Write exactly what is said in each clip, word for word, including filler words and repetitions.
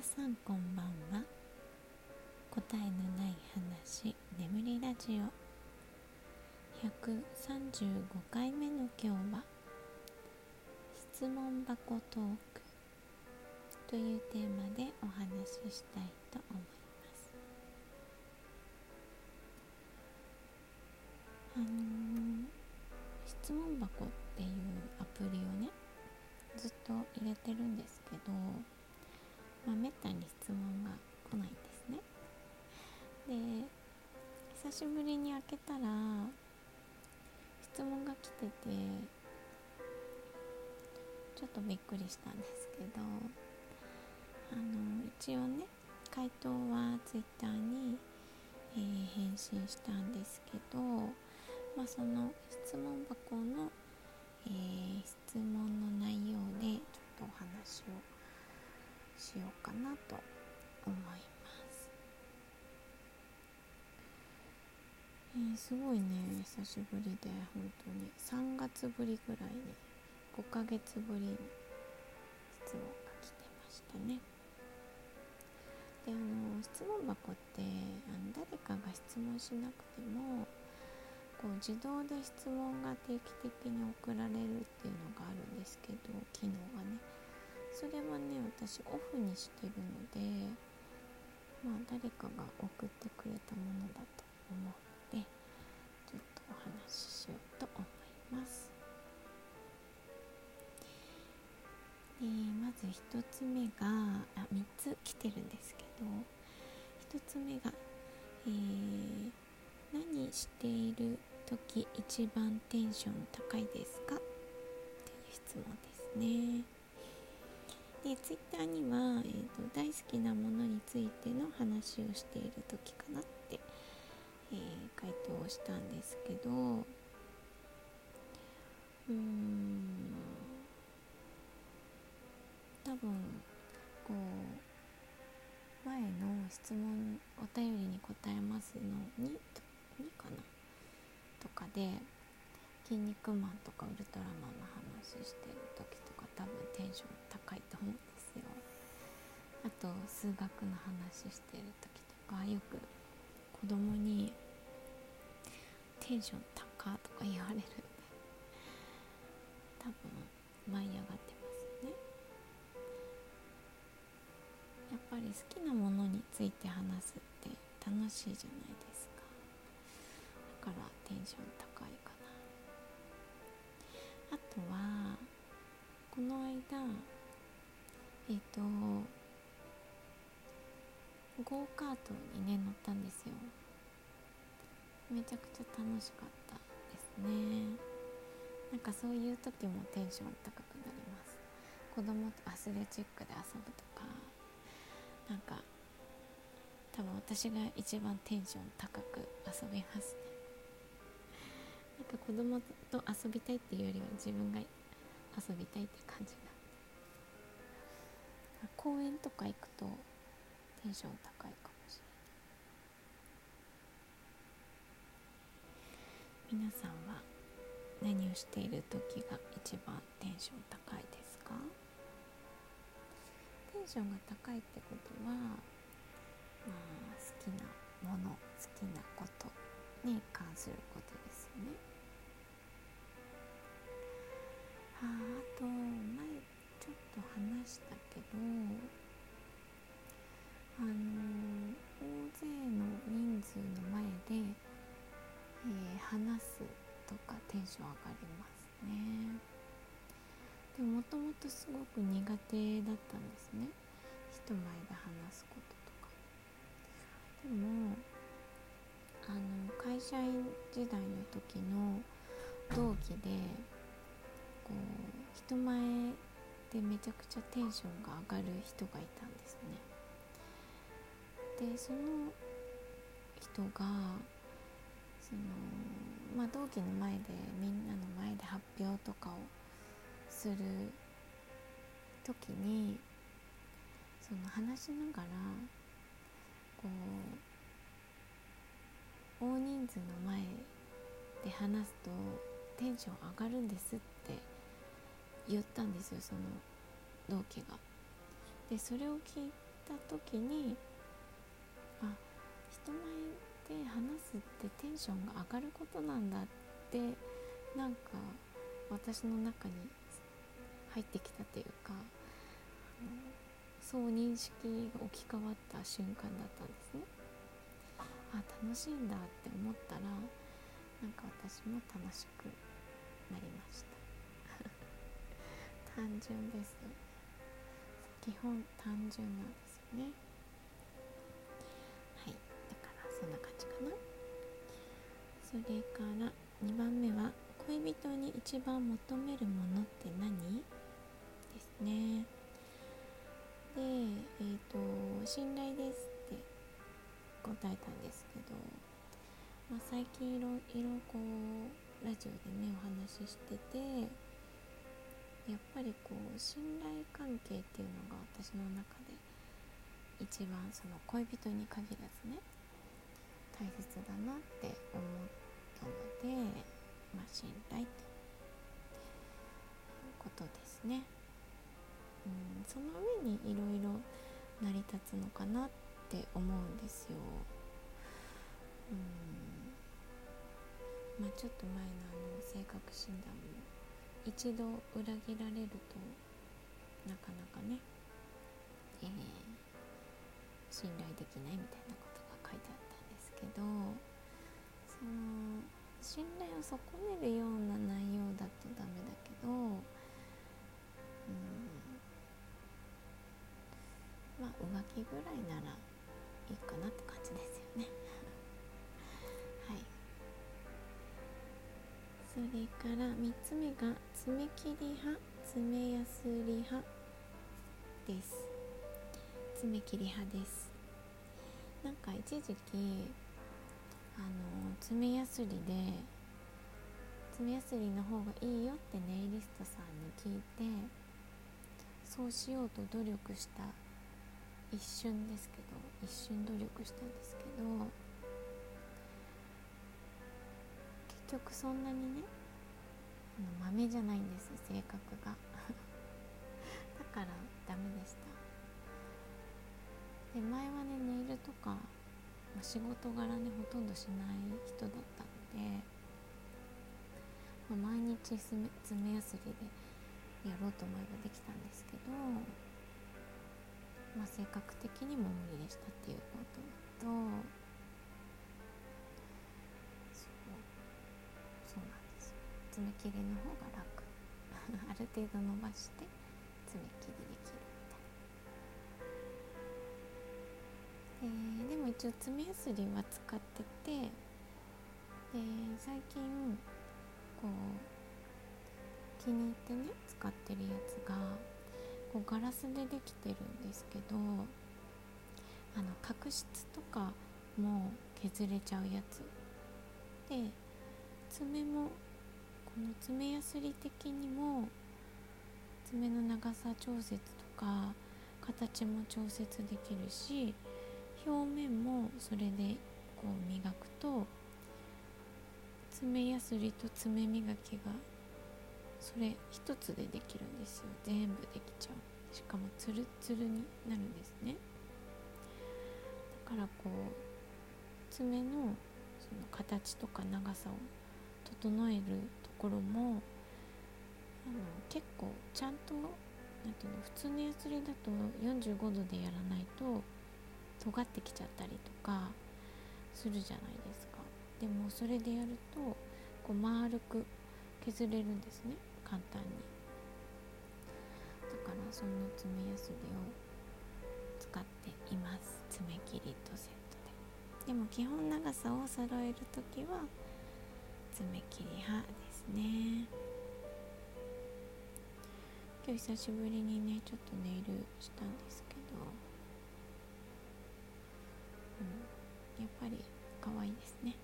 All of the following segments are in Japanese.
皆さんこんばんは。答えのない話、眠りラジオひゃくさんじゅうごかいめの今日は質問箱トークというテーマでお話ししたいと思います。あのー、質問箱っていうアプリをねずっと入れてるんですけど、まあ、めったに質問が来ないんですね。で、久しぶりに開けたら質問が来ててちょっとびっくりしたんですけど、あの一応ね回答はツイッターに、えー、返信したんですけど、まあ、その質問箱の、えー、質問の内容でちょっとお話をしようかなと思います。えー、すごいね久しぶりで本当にさんがつぶりぐらいにごかげつぶりに質問が来てましたね。であの質問箱ってあの誰かが質問しなくてもこう自動で質問が定期的に送られるっていうのがあるんですけど、機能がねそれはね私オフにしてるので、まあ誰かが送ってくれたものだと思うのでちょっとお話ししようと思います。えー、まずひとつめがあみっつ来てるんですけど、ひとつめが、えー、何している時一番テンション高いですかっていう質問ですね。でツイッターには、えーと、大好きなものについての話をしている時かなって、えー、回答をしたんですけど、うーん多分こう前の質問お便りに答えますのににかなとかで筋肉マンとかウルトラマンの話してる時とか多分テンション高いと思うんですよ。あと数学の話してる時とかよく子供にテンション高とか言われるんで多分舞い上がってますね。やっぱり好きなものについて話すって楽しいじゃないですか。だからテンション高いかな。あとはこの間えっ、ー、とゴーカートにね乗ったんですよ。めちゃくちゃ楽しかったですね。なんかそういう時もテンション高くなります。子供とアスレチックで遊ぶとか、なんか多分私が一番テンション高く遊びますね。なんか子供と遊びたいっていうよりは自分が遊びたいって感じなんで、公園とか行くとテンション高いかもしれない。皆さんは何をしている時が一番テンション高いですか？テンションが高いってことは、まあ、好きなもの、好きなことに関することですよね。あ, あと前ちょっと話したけど、あの大勢の人数の前で、えー、話すとかテンション上がりますね。でももともとすごく苦手だったんですね、人前で話すこととか。でもあの会社員時代の時の同期でこう人前でめちゃくちゃテンションが上がる人がいたんですね。でその人がその、まあ、同期の前でみんなの前で発表とかをする時にその話しながらこう大人数の前で話すとテンション上がるんですって言ったんですよ、その同期が。でそれを聞いたた時に、あ、人前で話すってテンションが上がることなんだって、なんか私の中に入ってきたというか、そう認識が置き換わった瞬間だったんですね。あ、楽しいんだって思ったら、なんか私も楽しくなりました単純ですよね。基本単純なんですよね。はい、だからそんな感じかな。それからにばんめは、恋人に一番求めるものって何？ですね。で、えーと、信頼ですって答えたんですけど、まあ、最近いろいろこうラジオでねお話ししてて、やっぱりこう信頼関係っていうのが私の中で一番、その恋人に限らずね大切だなって思ったので、まあ、信頼ということですね。うん、その上にいろいろ成り立つのかなって思うんですよ。うん、まあちょっと前のあの性格診断も一度裏切られるとなかなかね、えー、信頼できないみたいなことが書いてあったんですけど、その信頼を損ねるような内容だとダメだけど、うん、まあ浮気ぐらいならいいかなって感じですよねはい。それからみっつめが爪切り派、爪やすり派です。爪切り派です。なんか一時期あの爪やすりで爪やすりの方がいいよってネイリストさんに聞いて、そうしようと努力した一瞬ですけど一瞬努力したんですけど、結局そんなにねあの豆じゃないんです、性格がだからダメでした。で前はねネイルとか、まあ、仕事柄ねほとんどしない人だったので、まあ、毎日爪やすりでやろうと思えばできたんですけど、まあ、性格的にも無理でしたっていうことと、そうそうなんですよ。爪切りの方が楽ある程度伸ばして爪切りできるみたいな。で、でも一応爪やすりは使ってて、で最近こう気に入ってね使ってるやつがこうガラスでできてるんですけど、あの角質とかも削れちゃうやつで、爪もこの爪やすり的にも爪の長さ調節とか形も調節できるし、表面もそれでこう磨くと爪やすりと爪磨きがそれ一つでできるんですよ。全部できちゃう。しかもツルツルになるんですね。だからこう爪のその形とか長さを整えるところもあの結構ちゃんとなんていうの、普通のやすりだとよんじゅうごどでやらないと尖ってきちゃったりとかするじゃないですか。でもそれでやるとこう丸く削れるんですね、簡単に。だからその爪やすりを使っています。爪切りとセットで。でも基本長さを揃えるときは爪切り派ですね。今日久しぶりにねちょっとネイルしたんですけど、うん、やっぱり可愛いですね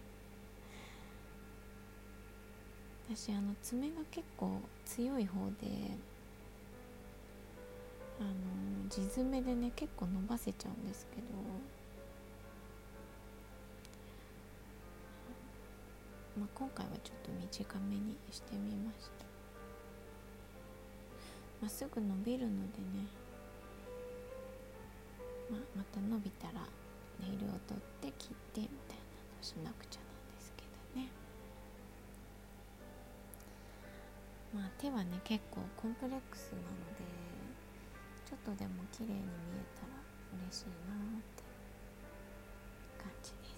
私あの爪が結構強い方で、あの地爪でね結構伸ばせちゃうんですけど、まあ、今回はちょっと短めにしてみました。まあ、すぐ伸びるのでね、 まあ、また伸びたらネイルを取って切ってみたいなのをしなくちゃなんですけどね。まあ手はね結構コンプレックスなので、ちょっとでも綺麗に見えたら嬉しいなって感じです。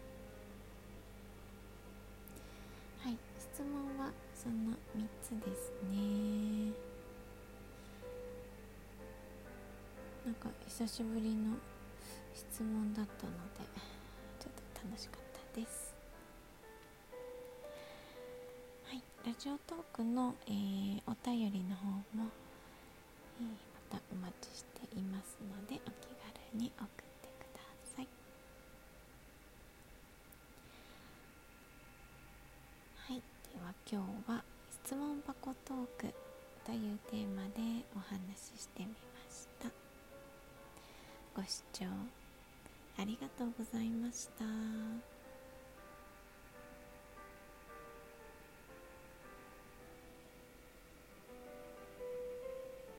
はい、質問はそのみっつですね。なんか久しぶりの質問だったのでちょっと楽しかったです。はい、ラジオトークの、えー、お便りの方も、えー、またお待ちしていますので、お気軽に送ってください。はい、では今日は質問箱トークというテーマでお話ししてみました。ご視聴ありがとうございました。